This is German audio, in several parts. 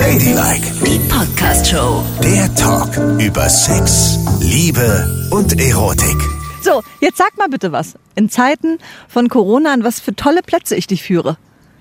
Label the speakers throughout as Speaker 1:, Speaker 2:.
Speaker 1: Ladylike,
Speaker 2: Die Podcast-Show.
Speaker 1: der Talk über Sex, Liebe und Erotik.
Speaker 3: So, jetzt sag mal bitte was. In Zeiten von Corona, an was für tolle Plätze ich dich führe.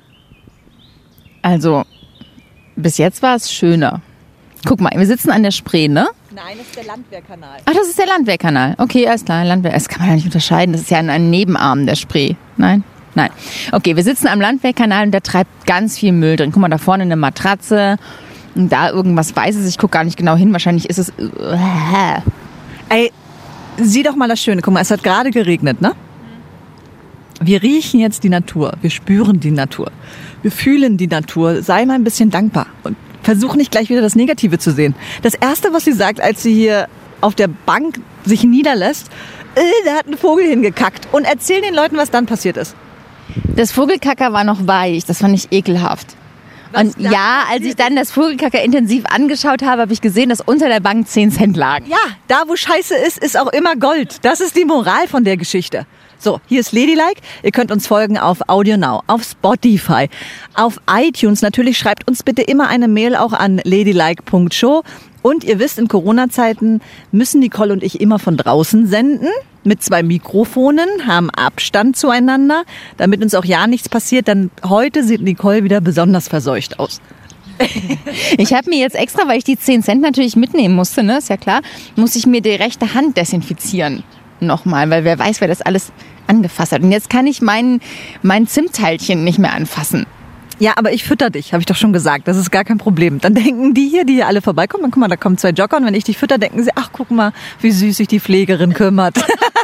Speaker 4: Also, bis jetzt war es schöner. Guck mal, wir sitzen an der Spree, ne?
Speaker 3: Nein, das ist der Landwehrkanal.
Speaker 4: Ach, das ist der Landwehrkanal. Okay, alles klar, Landwehr. Das kann man ja nicht unterscheiden. Das ist ja ein Nebenarm der Spree. Nein? Nein. Okay, wir sitzen am Landwehrkanal und da treibt ganz viel Müll drin. Guck mal, da vorne eine Matratze. Und da irgendwas Weißes. Ich gucke gar nicht genau hin. Wahrscheinlich ist es...
Speaker 3: Ey, sieh doch mal das Schöne. Guck mal, es hat gerade geregnet, ne? Wir riechen jetzt die Natur. Wir spüren die Natur. Wir fühlen die Natur. Sei mal ein bisschen dankbar. Und versuch nicht gleich wieder das Negative zu sehen. Das Erste, was sie sagt, als sie hier auf der Bank sich niederlässt, da hat ein Vogel hingekackt. Und erzähl den Leuten, was dann passiert ist.
Speaker 4: Das Vogelkacker war noch weich. Das fand ich ekelhaft. Und ja, als ich dann das Vogelkacker intensiv angeschaut habe, habe ich gesehen, dass unter der Bank 10 Cent lagen.
Speaker 3: Ja, da wo Scheiße ist, ist auch immer Gold. Das ist die Moral von der Geschichte. So, hier ist Ladylike. Ihr könnt uns folgen auf Audio Now, auf Spotify, auf iTunes. Natürlich schreibt uns bitte immer eine Mail auch an ladylike.show. Und ihr wisst, in Corona-Zeiten müssen Nicole und ich immer von draußen senden. Mit 2 Mikrofonen, haben Abstand zueinander, damit uns auch ja nichts passiert. Dann heute sieht Nicole wieder besonders verseucht aus.
Speaker 4: Ich habe mir jetzt extra, weil ich die 10 Cent natürlich mitnehmen musste, ne, ist ja klar, muss ich mir die rechte Hand desinfizieren. Nochmal, weil wer weiß, wer das alles angefasst hat. Und jetzt kann ich mein Zimtteilchen nicht mehr anfassen.
Speaker 3: Ja, aber ich fütter dich, habe ich doch schon gesagt. Das ist gar kein Problem. Dann denken die hier alle vorbeikommen. Und guck mal, da kommen 2 Jogger. Und wenn ich dich fütter, denken sie, ach, guck mal, wie süß sich die Pflegerin kümmert.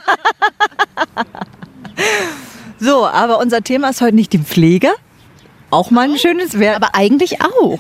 Speaker 3: So, aber unser Thema ist heute nicht die Pflege. Auch mal ein schönes Wert.
Speaker 4: Aber eigentlich auch.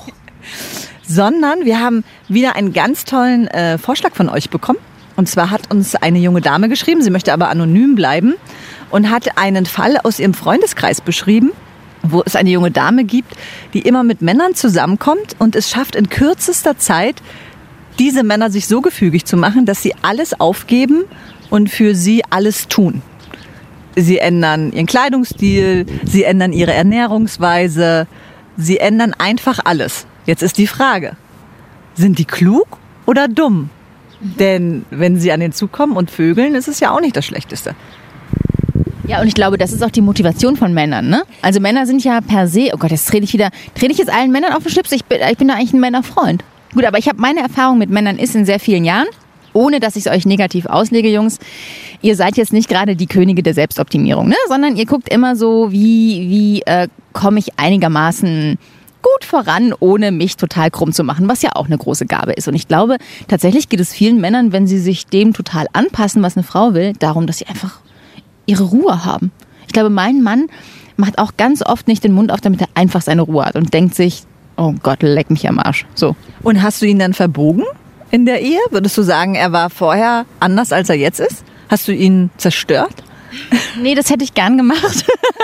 Speaker 3: Sondern wir haben wieder einen ganz tollen Vorschlag von euch bekommen. Und zwar hat uns eine junge Dame geschrieben, sie möchte aber anonym bleiben und hat einen Fall aus ihrem Freundeskreis beschrieben, wo es eine junge Dame gibt, die immer mit Männern zusammenkommt und es schafft in kürzester Zeit, diese Männer sich so gefügig zu machen, dass sie alles aufgeben und für sie alles tun. Sie ändern ihren Kleidungsstil, sie ändern ihre Ernährungsweise, sie ändern einfach alles. Jetzt ist die Frage, sind die klug oder dumm? Denn wenn sie an den Zug kommen und vögeln, ist es ja auch nicht das Schlechteste.
Speaker 4: Ja, und ich glaube, das ist auch die Motivation von Männern, ne? Also Männer sind ja per se, oh Gott, jetzt trete ich jetzt allen Männern auf den Schlips, ich bin da eigentlich ein Männerfreund. Gut, aber ich habe meine Erfahrung mit Männern ist in sehr vielen Jahren, ohne dass ich es euch negativ auslege, Jungs, ihr seid jetzt nicht gerade die Könige der Selbstoptimierung, ne? Sondern ihr guckt immer so, wie komme ich einigermaßen gut voran, ohne mich total krumm zu machen, was ja auch eine große Gabe ist. Und ich glaube, tatsächlich geht es vielen Männern, wenn sie sich dem total anpassen, was eine Frau will, darum, dass sie einfach ihre Ruhe haben. Ich glaube, mein Mann macht auch ganz oft nicht den Mund auf, damit er einfach seine Ruhe hat und denkt sich, oh Gott, leck mich am Arsch. So.
Speaker 3: Und hast du ihn dann verbogen in der Ehe? Würdest du sagen, er war vorher anders, als er jetzt ist? Hast du ihn zerstört?
Speaker 4: Nee, das hätte ich gern gemacht.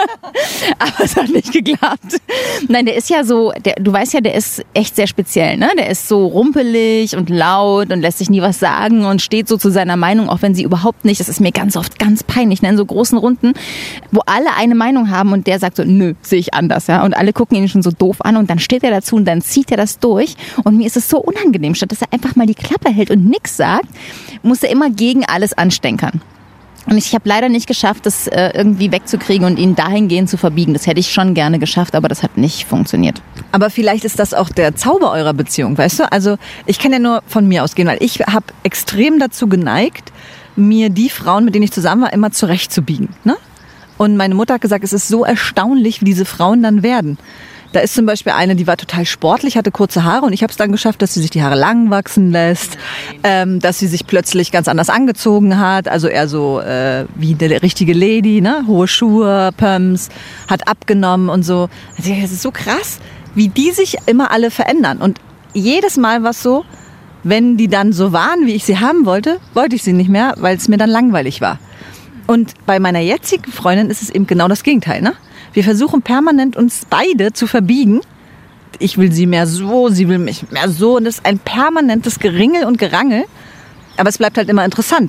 Speaker 4: Aber es hat nicht geklappt. Nein, der ist ja so, du weißt ja, der ist echt sehr speziell, ne? Der ist so rumpelig und laut und lässt sich nie was sagen und steht so zu seiner Meinung, auch wenn sie überhaupt nicht, das ist mir ganz oft ganz peinlich, ne? In so großen Runden, wo alle eine Meinung haben und der sagt so, nö, sehe ich anders, ja? Und alle gucken ihn schon so doof an und dann steht er dazu und dann zieht er das durch und mir ist es so unangenehm, statt dass er einfach mal die Klappe hält und nichts sagt, muss er immer gegen alles anstänkern. Und ich habe leider nicht geschafft, das irgendwie wegzukriegen und ihn dahingehend zu verbiegen. Das hätte ich schon gerne geschafft, aber das hat nicht funktioniert.
Speaker 3: Aber vielleicht ist das auch der Zauber eurer Beziehung, weißt du? Also ich kann ja nur von mir ausgehen, weil ich habe extrem dazu geneigt, mir die Frauen, mit denen ich zusammen war, immer zurechtzubiegen, ne? Und meine Mutter hat gesagt, es ist so erstaunlich, wie diese Frauen dann werden. Da ist zum Beispiel eine, die war total sportlich, hatte kurze Haare und ich habe es dann geschafft, dass sie sich die Haare lang wachsen lässt, dass sie sich plötzlich ganz anders angezogen hat, also eher so wie eine richtige Lady, ne? Hohe Schuhe, Pumps, hat abgenommen und so. Das ist so krass, wie die sich immer alle verändern. Und jedes Mal war es so, wenn die dann so waren, wie ich sie haben wollte, wollte ich sie nicht mehr, weil es mir dann langweilig war. Und bei meiner jetzigen Freundin ist es eben genau das Gegenteil, ne? Wir versuchen permanent uns beide zu verbiegen. Ich will sie mehr so, sie will mich mehr so. Und das ist ein permanentes Geringel und Gerangel. Aber es bleibt halt immer interessant.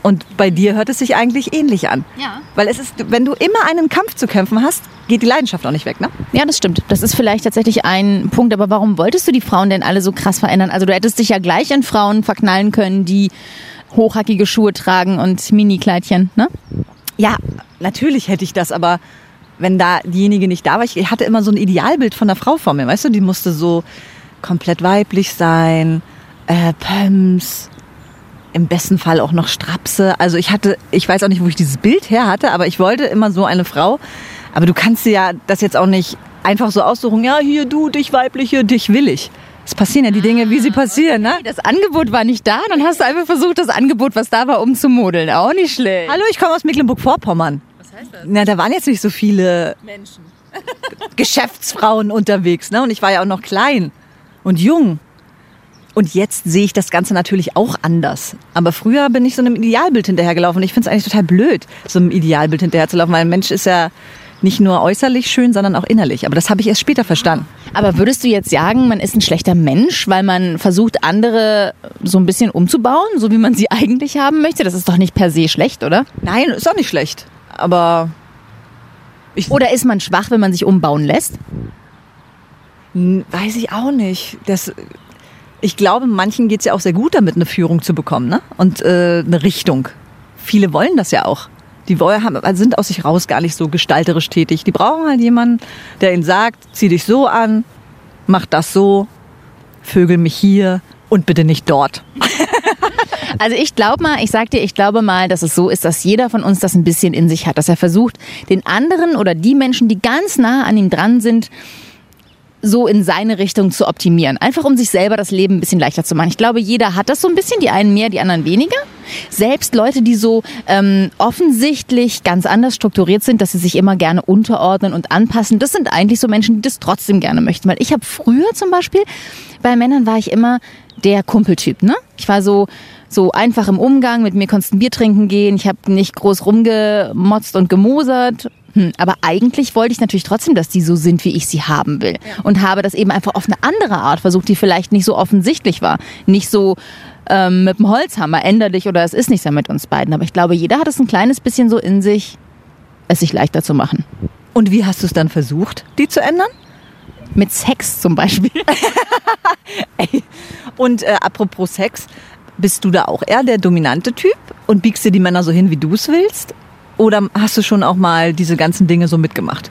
Speaker 3: Und bei dir hört es sich eigentlich ähnlich an.
Speaker 4: Ja.
Speaker 3: Weil es ist, wenn du immer einen Kampf zu kämpfen hast, geht die Leidenschaft auch nicht weg, ne?
Speaker 4: Ja, das stimmt. Das ist vielleicht tatsächlich ein Punkt. Aber warum wolltest du die Frauen denn alle so krass verändern? Also du hättest dich ja gleich in Frauen verknallen können, die hochhackige Schuhe tragen und Mini-Kleidchen, ne?
Speaker 3: Ja, natürlich hätte ich das, aber wenn da diejenige nicht da war, ich hatte immer so ein Idealbild von der Frau vor mir, weißt du? Die musste so komplett weiblich sein, Pumps, im besten Fall auch noch Strapse. Also ich weiß auch nicht, wo ich dieses Bild her hatte, aber ich wollte immer so eine Frau. Aber du kannst dir ja das jetzt auch nicht einfach so aussuchen, ja, hier du, dich weibliche, dich will ich. Es passieren ja die Dinge, wie sie passieren, ne?
Speaker 4: Das Angebot war nicht da, dann hast du einfach versucht, das Angebot, was da war, umzumodeln. Auch nicht schlecht.
Speaker 3: Hallo, ich komme aus Mecklenburg-Vorpommern.
Speaker 4: Was heißt das?
Speaker 3: Na, da waren jetzt nicht so viele
Speaker 4: Menschen.
Speaker 3: Geschäftsfrauen unterwegs, ne? Und ich war ja auch noch klein und jung. Und jetzt sehe ich das Ganze natürlich auch anders. Aber früher bin ich so einem Idealbild hinterhergelaufen. Und ich finde es eigentlich total blöd, so einem Idealbild hinterherzulaufen. Weil ein Mensch ist ja nicht nur äußerlich schön, sondern auch innerlich. Aber das habe ich erst später verstanden.
Speaker 4: Aber würdest du jetzt sagen, man ist ein schlechter Mensch, weil man versucht, andere so ein bisschen umzubauen, so wie man sie eigentlich haben möchte? Das ist doch nicht per se schlecht, oder?
Speaker 3: Nein, ist auch nicht schlecht. Aber
Speaker 4: Oder ist man schwach, wenn man sich umbauen lässt?
Speaker 3: weiß ich auch nicht. Ich glaube, manchen geht es ja auch sehr gut damit, eine Führung zu bekommen, ne? Und eine Richtung. Viele wollen das ja auch. Die sind aus sich raus gar nicht so gestalterisch tätig. Die brauchen halt jemanden, der ihnen sagt, zieh dich so an, mach das so, vögel mich hier und bitte nicht dort.
Speaker 4: Also ich glaube mal, dass es so ist, dass jeder von uns das ein bisschen in sich hat, dass er versucht, den anderen oder die Menschen, die ganz nah an ihm dran sind, so in seine Richtung zu optimieren. Einfach um sich selber das Leben ein bisschen leichter zu machen. Ich glaube, jeder hat das so ein bisschen, die einen mehr, die anderen weniger. Selbst Leute, die so offensichtlich ganz anders strukturiert sind, dass sie sich immer gerne unterordnen und anpassen, das sind eigentlich so Menschen, die das trotzdem gerne möchten. Weil ich habe früher zum Beispiel, bei Männern war ich immer der Kumpeltyp, ne? Ich war so einfach im Umgang, mit mir konntest du ein Bier trinken gehen, ich habe nicht groß rumgemotzt und gemosert. Aber eigentlich wollte ich natürlich trotzdem, dass die so sind, wie ich sie haben will. Ja. Und habe das eben einfach auf eine andere Art versucht, die vielleicht nicht so offensichtlich war. Nicht so mit dem Holzhammer, änder dich oder es ist nichts mehr mit uns beiden. Aber ich glaube, jeder hat es ein kleines bisschen so in sich, es sich leichter zu machen.
Speaker 3: Und wie hast du es dann versucht, die zu ändern?
Speaker 4: Mit Sex zum Beispiel.
Speaker 3: Und apropos Sex, bist du da auch eher der dominante Typ und biegst dir die Männer so hin, wie du es willst? Oder hast du schon auch mal diese ganzen Dinge so mitgemacht?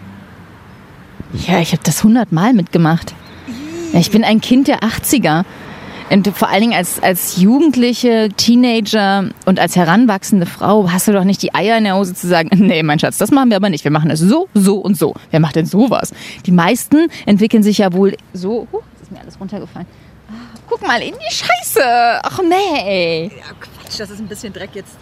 Speaker 4: Ja, ich habe das 100-mal mitgemacht. Ja, ich bin ein Kind der 80er. Und vor allen Dingen als Jugendliche, Teenager und als heranwachsende Frau hast du doch nicht die Eier in der Hose zu sagen, nee, mein Schatz, das machen wir aber nicht. Wir machen es so, so und so. Wer macht denn sowas? Die meisten entwickeln sich ja wohl so... jetzt ist mir alles runtergefallen. Guck mal in die Scheiße. Ach nee.
Speaker 3: Ja, Quatsch, das ist ein bisschen Dreck jetzt.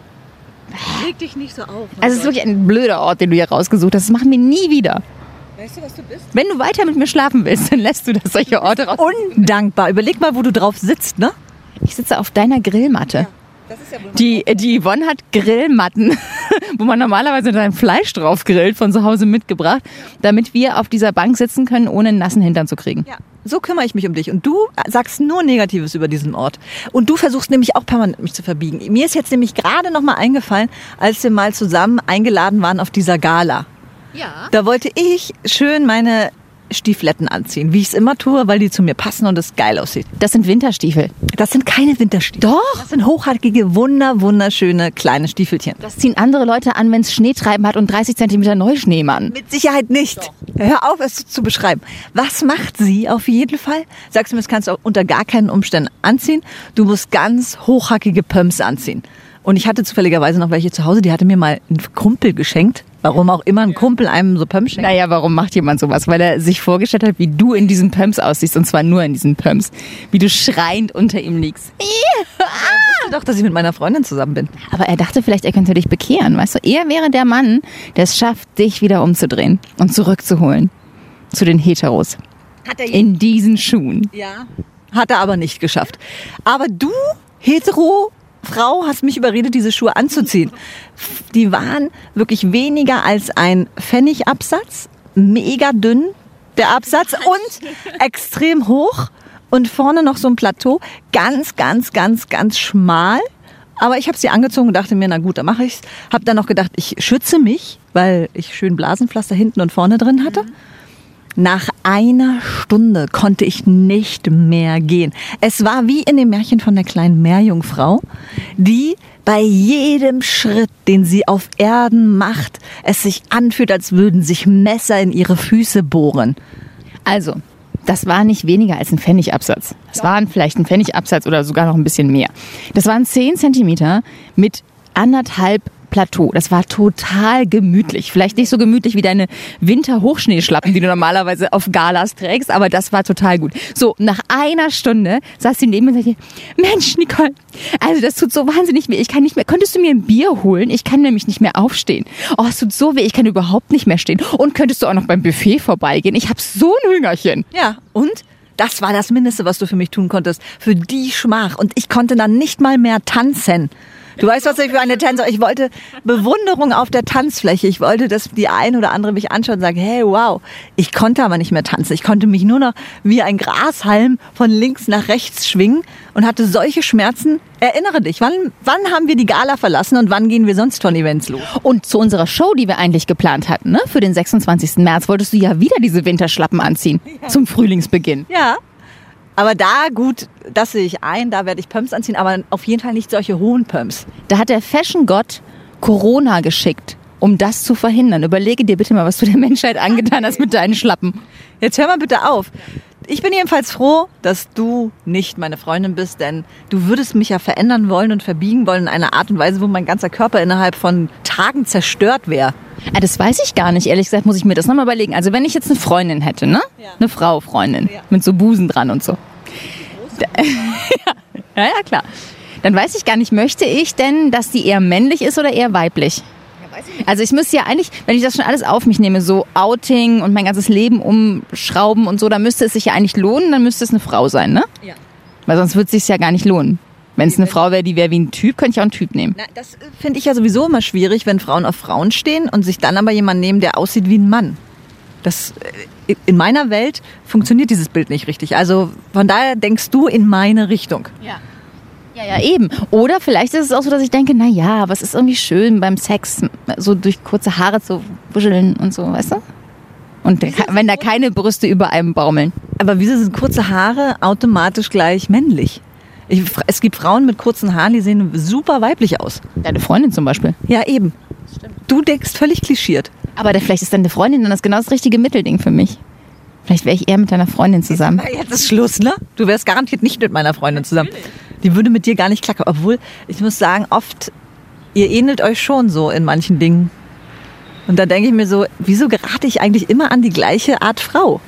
Speaker 3: Reg dich nicht so auf.
Speaker 4: Also es ist wirklich ein blöder Ort, den du hier rausgesucht hast. Das machen wir nie wieder.
Speaker 3: Weißt du, was du bist?
Speaker 4: Wenn du weiter mit mir schlafen willst, dann lässt du das solche Orte raus.
Speaker 3: Undankbar. Überleg mal, wo du drauf sitzt, ne?
Speaker 4: Ich sitze auf deiner Grillmatte.
Speaker 3: Ja, das ist ja wohl
Speaker 4: Die Yvonne hat Grillmatten, wo man normalerweise sein Fleisch drauf grillt, von zu Hause mitgebracht, damit wir auf dieser Bank sitzen können, ohne einen nassen Hintern zu kriegen.
Speaker 3: Ja, so kümmere ich mich um dich. Und du sagst nur Negatives über diesen Ort. Und du versuchst nämlich auch permanent mich zu verbiegen. Mir ist jetzt nämlich gerade noch mal eingefallen, als wir mal zusammen eingeladen waren auf dieser Gala.
Speaker 4: Ja.
Speaker 3: Da wollte ich schön meine Stiefeletten anziehen, wie ich es immer tue, weil die zu mir passen und es geil aussieht.
Speaker 4: Das sind Winterstiefel.
Speaker 3: Das sind keine Winterstiefel.
Speaker 4: Doch.
Speaker 3: Das sind hochhackige, wunderschöne kleine Stiefelchen.
Speaker 4: Das ziehen andere Leute an, wenn es Schneetreiben hat und 30 Zentimeter Neuschneemann.
Speaker 3: Mit Sicherheit nicht. Doch. Hör auf, es zu beschreiben. Was macht sie auf jeden Fall? Sagst du mir, das kannst du auch unter gar keinen Umständen anziehen. Du musst ganz hochhackige Pumps anziehen. Und ich hatte zufälligerweise noch welche zu Hause, die hatte mir mal einen Kumpel geschenkt. Warum auch immer ein Kumpel einem so Pumps schenkt.
Speaker 4: Naja, warum macht jemand sowas? Weil er sich vorgestellt hat, wie du in diesen Pumps aussiehst. Und zwar nur in diesen Pumps. Wie du schreiend unter ihm liegst.
Speaker 3: Er wusste doch, dass ich mit meiner Freundin zusammen bin.
Speaker 4: Aber er dachte vielleicht, er könnte dich bekehren. Weißt du, er wäre der Mann, der es schafft, dich wieder umzudrehen und zurückzuholen. Zu den Heteros.
Speaker 3: Hat er
Speaker 4: in diesen Schuhen.
Speaker 3: Ja. Hat er aber nicht geschafft. Aber du, hetero Frau, hast mich überredet, diese Schuhe anzuziehen. Die waren wirklich weniger als ein Pfennigabsatz, mega dünn der Absatz und extrem hoch und vorne noch so ein Plateau, ganz schmal Aber ich habe sie angezogen und dachte mir, na gut, dann mache ich's. Habe dann noch gedacht, ich schütze mich, weil ich schön Blasenpflaster hinten und vorne drin hatte. Nach einer Stunde konnte ich nicht mehr gehen. Es war wie in dem Märchen von der kleinen Meerjungfrau, die bei jedem Schritt, den sie auf Erden macht, es sich anfühlt, als würden sich Messer in ihre Füße bohren.
Speaker 4: Also, das war nicht weniger als ein Pfennigabsatz. Das waren vielleicht ein Pfennigabsatz oder sogar noch ein bisschen mehr. Das waren 10 Zentimeter mit 1,5 Plateau. Das war total gemütlich. Vielleicht nicht so gemütlich wie deine Winterhochschneeschlappen, die du normalerweise auf Galas trägst, aber das war total gut. So, nach einer Stunde saß sie neben mir und sagte, Mensch, Nicole, also das tut so wahnsinnig weh. Ich kann nicht mehr. Könntest du mir ein Bier holen? Ich kann nämlich nicht mehr aufstehen. Oh, es tut so weh. Ich kann überhaupt nicht mehr stehen. Und könntest du auch noch beim Buffet vorbeigehen? Ich habe so ein Hüngerchen.
Speaker 3: Ja, und? Das war das Mindeste, was du für mich tun konntest. Für die Schmach. Und ich konnte dann nicht mal mehr tanzen. Du weißt, was ich für eine Tänzerin... Ich wollte Bewunderung auf der Tanzfläche. Ich wollte, dass die ein oder andere mich anschaut und sagt, hey, wow. Ich konnte aber nicht mehr tanzen. Ich konnte mich nur noch wie ein Grashalm von links nach rechts schwingen und hatte solche Schmerzen. Erinnere dich, wann haben wir die Gala verlassen und wann gehen wir sonst von Events los?
Speaker 4: Und zu unserer Show, die wir eigentlich geplant hatten, ne, für den 26. März, wolltest du ja wieder diese Winterschlappen anziehen. Ja. Zum Frühlingsbeginn.
Speaker 3: Ja. Aber da, gut, das sehe ich ein, da werde ich Pumps anziehen, aber auf jeden Fall nicht solche hohen Pumps.
Speaker 4: Da hat der Fashion-Gott Corona geschickt, um das zu verhindern. Überlege dir bitte mal, was du der Menschheit angetan hast mit deinen Schlappen.
Speaker 3: Jetzt hör mal bitte auf. Ich bin jedenfalls froh, dass du nicht meine Freundin bist, denn du würdest mich ja verändern wollen und verbiegen wollen in einer Art und Weise, wo mein ganzer Körper innerhalb von Tagen zerstört wäre.
Speaker 4: Das weiß ich gar nicht. Ehrlich gesagt muss ich mir das nochmal überlegen. Also wenn ich jetzt eine Freundin hätte, ne? Ja. Eine Freundin, ja. Mit so Busen dran und so. Ja, klar. Dann weiß ich gar nicht, möchte ich denn, dass die eher männlich ist oder eher weiblich? Ja, weiß ich nicht. Also ich müsste ja eigentlich, wenn ich das schon alles auf mich nehme, so Outing und mein ganzes Leben umschrauben und so, dann müsste es sich ja eigentlich lohnen, dann müsste es eine Frau sein, ne? Ja. Weil sonst würde es sich ja gar nicht lohnen. Wenn es eine Frau wäre, die wäre wie ein Typ, könnte ich auch einen Typ nehmen.
Speaker 3: Na, das finde ich ja sowieso immer schwierig, wenn Frauen auf Frauen stehen und sich dann aber jemanden nehmen, der aussieht wie ein Mann. Das, in meiner Welt funktioniert dieses Bild nicht richtig. Also von daher denkst du in meine Richtung.
Speaker 4: Ja. Ja, eben. Oder vielleicht ist es auch so, dass ich denke, na ja, was ist irgendwie schön beim Sex, so durch kurze Haare zu wuscheln und so, weißt du? Und wenn da keine Brüste über einem baumeln.
Speaker 3: Aber wieso sind kurze Haare automatisch gleich männlich? Es gibt Frauen mit kurzen Haaren, die sehen super weiblich aus.
Speaker 4: Deine Freundin zum Beispiel.
Speaker 3: Ja, eben. Stimmt. Du denkst völlig klischiert.
Speaker 4: Aber vielleicht ist deine Freundin dann genau das richtige Mittelding für mich. Vielleicht wäre ich eher mit deiner Freundin zusammen.
Speaker 3: Jetzt ist Schluss, ne? Du wärst garantiert nicht mit meiner Freundin zusammen. Die würde mit dir gar nicht klacken. Obwohl, ich muss sagen, oft, ihr ähnelt euch schon so in manchen Dingen. Und da denke ich mir so, wieso gerate ich eigentlich immer an die gleiche Art Frau?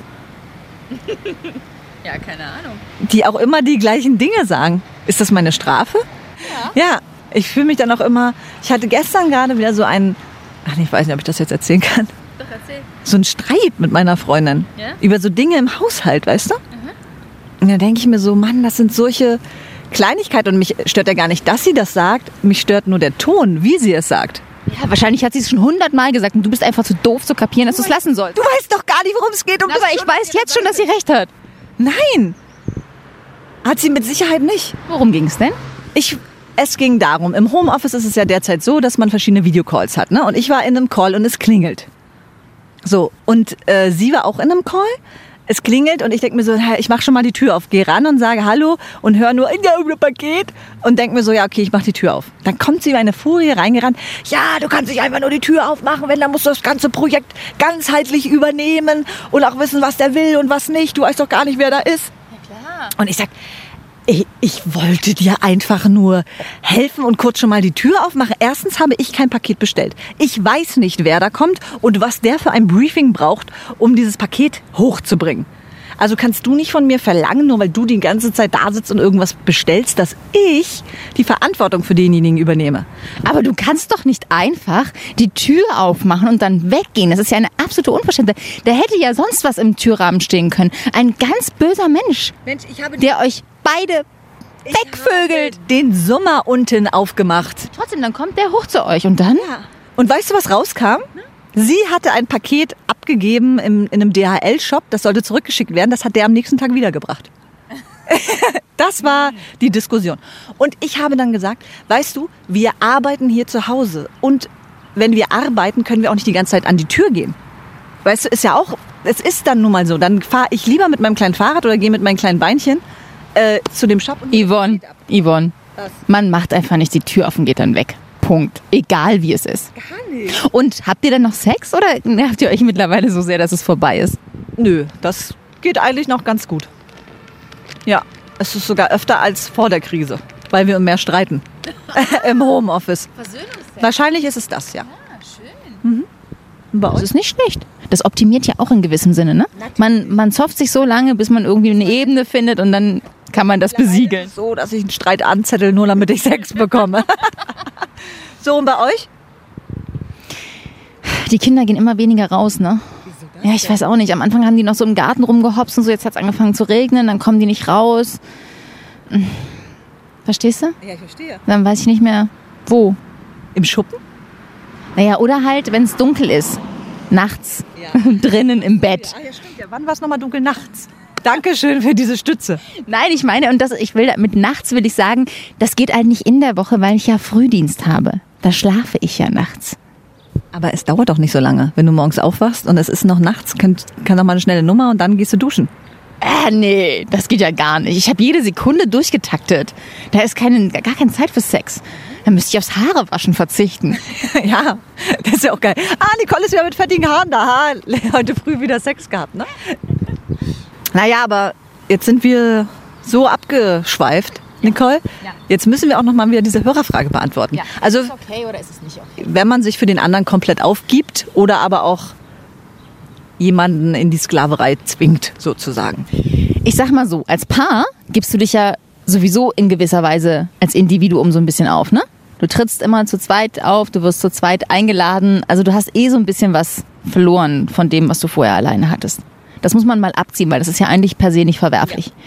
Speaker 4: Ja, keine Ahnung.
Speaker 3: Die auch immer die gleichen Dinge sagen. Ist das meine Strafe? Ja. Ja, ich fühle mich dann auch immer... Ich hatte gestern gerade wieder so einen... Ach, ich weiß nicht, ob ich das jetzt erzählen kann.
Speaker 4: Doch, erzähl.
Speaker 3: So ein Streit mit meiner Freundin. Ja? Über so Dinge im Haushalt, weißt du? Mhm. Und dann denke ich mir so, Mann, das sind solche Kleinigkeiten. Und mich stört ja gar nicht, dass sie das sagt. Mich stört nur der Ton, wie sie es sagt.
Speaker 4: Ja, wahrscheinlich hat sie es schon 100-mal gesagt und du bist einfach zu doof zu kapieren, dass du es lassen sollst.
Speaker 3: Du weißt doch gar nicht, worum es geht.
Speaker 4: Aber ich weiß jetzt schon, dass sie recht hat.
Speaker 3: Nein. Hat sie mit Sicherheit nicht.
Speaker 4: Worum ging es denn?
Speaker 3: Es ging darum, im Homeoffice ist es ja derzeit so, dass man verschiedene Videocalls hat. Ne? Und ich war in einem Call und es klingelt. So, und sie war auch in einem Call. Es klingelt und ich denke mir so, ich mache schon mal die Tür auf, gehe ran und sage Hallo und höre nur, ja, ein Paket. Und denke mir so, ja, okay, ich mache die Tür auf. Dann kommt sie wie eine Furie reingerannt. Ja, du kannst nicht einfach nur die Tür aufmachen, wenn, dann musst du das ganze Projekt ganzheitlich übernehmen und auch wissen, was der will und was nicht. Du weißt doch gar nicht, wer da ist. Ja, klar. Und ich sag, ich wollte dir einfach nur helfen und kurz schon mal die Tür aufmachen. Erstens habe ich kein Paket bestellt. Ich weiß nicht, wer da kommt und was der für ein Briefing braucht, um dieses Paket hochzubringen. Also kannst du nicht von mir verlangen, nur weil du die ganze Zeit da sitzt und irgendwas bestellst, dass ich die Verantwortung für denjenigen übernehme.
Speaker 4: Aber du kannst doch nicht einfach die Tür aufmachen und dann weggehen. Das ist ja eine absolute Unverschämtheit. Da hätte ja sonst was im Türrahmen stehen können. Ein ganz böser Mensch, der euch beide wegvögelt.
Speaker 3: Den Sommer unten aufgemacht.
Speaker 4: Trotzdem, dann kommt der hoch zu euch und dann?
Speaker 3: Ja. Und weißt du, was rauskam? Sie hatte ein Paket abgegeben in einem DHL-Shop, das sollte zurückgeschickt werden, das hat der am nächsten Tag wiedergebracht. Das war die Diskussion. Und ich habe dann gesagt, weißt du, wir arbeiten hier zu Hause. Und wenn wir arbeiten, können wir auch nicht die ganze Zeit an die Tür gehen. Weißt du, ist ja auch, es ist dann nun mal so. Dann fahre ich lieber mit meinem kleinen Fahrrad oder gehe mit meinen kleinen Beinchen zu dem Shop. Und
Speaker 4: Yvonne, man macht einfach nicht die Tür auf und geht dann weg. Punkt. Egal wie es ist.
Speaker 3: Gar nicht.
Speaker 4: Und habt ihr dann noch Sex oder nervt ihr euch mittlerweile so sehr, dass es vorbei ist?
Speaker 3: Nö, das geht eigentlich noch ganz gut. Ja, es ist sogar öfter als vor der Krise, weil wir mehr streiten. Im Homeoffice.
Speaker 4: Versöhnungsex.
Speaker 3: Wahrscheinlich ist es das, ja.
Speaker 4: Schön.
Speaker 3: Und bei
Speaker 4: Das
Speaker 3: euch?
Speaker 4: ist nicht schlecht. Das optimiert ja auch in gewissem Sinne, ne? Man zofft sich so lange, bis man irgendwie eine Ebene findet und dann kann man das besiegeln.
Speaker 3: So, dass ich einen Streit anzettel, nur damit ich Sex bekomme. So, und bei euch?
Speaker 4: Die Kinder gehen immer weniger raus, ne? Ja, ich weiß auch nicht. Am Anfang haben die noch so im Garten rumgehopst und so. Jetzt hat es angefangen zu regnen, dann kommen die nicht raus. Verstehst du?
Speaker 3: Ja, ich verstehe.
Speaker 4: Dann weiß ich nicht mehr, wo.
Speaker 3: Im Schuppen?
Speaker 4: Naja, oder halt, wenn es dunkel ist. Nachts.
Speaker 3: Ja.
Speaker 4: Drinnen im Bett.
Speaker 3: Ah, ja, stimmt. Ja, wann war es nochmal dunkel? Nachts. Dankeschön für diese Stütze.
Speaker 4: Nein, ich meine, und mit nachts will ich sagen, das geht halt nicht in der Woche, weil ich ja Frühdienst habe. Da schlafe ich ja nachts.
Speaker 3: Aber es dauert doch nicht so lange. Wenn du morgens aufwachst und es ist noch nachts, kann doch mal eine schnelle Nummer und dann gehst du duschen.
Speaker 4: Nee, das geht ja gar nicht. Ich habe jede Sekunde durchgetaktet. Da ist gar keine Zeit für Sex. Da müsste ich aufs Haarewaschen verzichten.
Speaker 3: Ja, das ist ja auch geil. Nicole ist wieder mit fettigen Haaren da. Heute früh wieder Sex gehabt, ne? Naja, aber jetzt sind wir so abgeschweift, Nicole.
Speaker 4: Ja.
Speaker 3: Jetzt müssen wir auch noch mal wieder diese Hörerfrage beantworten. Also,
Speaker 4: ist es okay oder ist es nicht okay?
Speaker 3: wenn man sich für den anderen komplett aufgibt oder aber auch jemanden in die Sklaverei zwingt, sozusagen.
Speaker 4: Ich sag mal so, als Paar gibst du dich ja sowieso in gewisser Weise als Individuum so ein bisschen auf, ne? Du trittst immer zu zweit auf, du wirst zu zweit eingeladen. Also du hast so ein bisschen was verloren von dem, was du vorher alleine hattest. Das muss man mal abziehen, weil das ist ja eigentlich per se nicht verwerflich. Ja.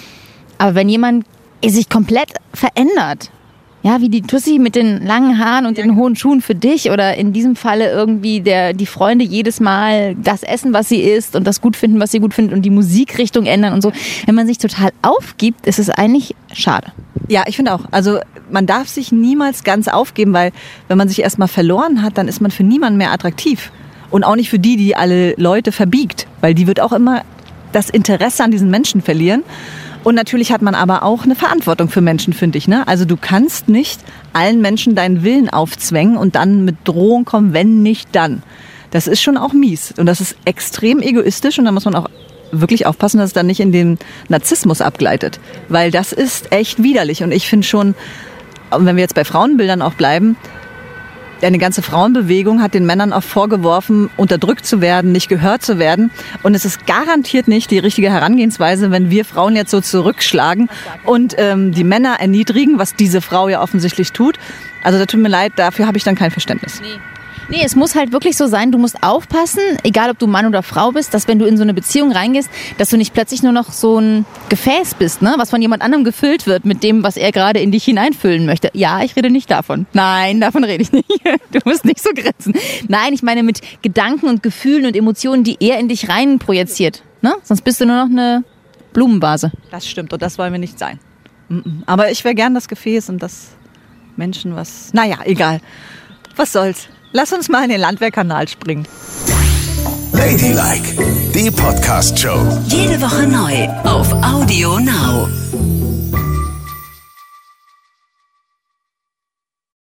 Speaker 4: Aber wenn jemand sich komplett verändert, ja, wie die Tussi mit den langen Haaren und den hohen Schuhen für dich oder in diesem Falle irgendwie die Freunde jedes Mal das essen, was sie isst und das gut finden, was sie gut findet und die Musikrichtung ändern und so. Wenn man sich total aufgibt, ist es eigentlich schade.
Speaker 3: Ja, ich finde auch. Also man darf sich niemals ganz aufgeben, weil wenn man sich erstmal verloren hat, dann ist man für niemanden mehr attraktiv. Und auch nicht für die alle Leute verbiegt, weil die wird auch immer das Interesse an diesen Menschen verlieren. Und natürlich hat man aber auch eine Verantwortung für Menschen, finde ich. Ne? Also du kannst nicht allen Menschen deinen Willen aufzwängen und dann mit Drohung kommen, wenn nicht dann. Das ist schon auch mies und das ist extrem egoistisch und da muss man auch wirklich aufpassen, dass es dann nicht in den Narzissmus abgleitet. Weil das ist echt widerlich und ich finde schon, wenn wir jetzt bei Frauenbildern auch bleiben, eine ganze Frauenbewegung hat den Männern auch vorgeworfen, unterdrückt zu werden, nicht gehört zu werden. Und es ist garantiert nicht die richtige Herangehensweise, wenn wir Frauen jetzt so zurückschlagen und die Männer erniedrigen, was diese Frau ja offensichtlich tut. Also da tut mir leid, dafür habe ich dann kein Verständnis.
Speaker 4: Nee, es muss halt wirklich so sein, du musst aufpassen, egal ob du Mann oder Frau bist, dass wenn du in so eine Beziehung reingehst, dass du nicht plötzlich nur noch so ein Gefäß bist, ne, was von jemand anderem gefüllt wird mit dem, was er gerade in dich hineinfüllen möchte. Ja, ich rede nicht davon. Nein, davon rede ich nicht. Du musst nicht so grinsen. Nein, ich meine mit Gedanken und Gefühlen und Emotionen, die er in dich rein projiziert. Ne? Sonst bist du nur noch eine Blumenvase.
Speaker 3: Das stimmt und das wollen wir nicht sein. Aber ich wäre gern das Gefäß und das Menschen was... Naja, egal. Was soll's. Lass uns mal in den Landwehrkanal springen.
Speaker 1: Ladylike, die Podcast-Show.
Speaker 2: Jede Woche neu auf Audio Now.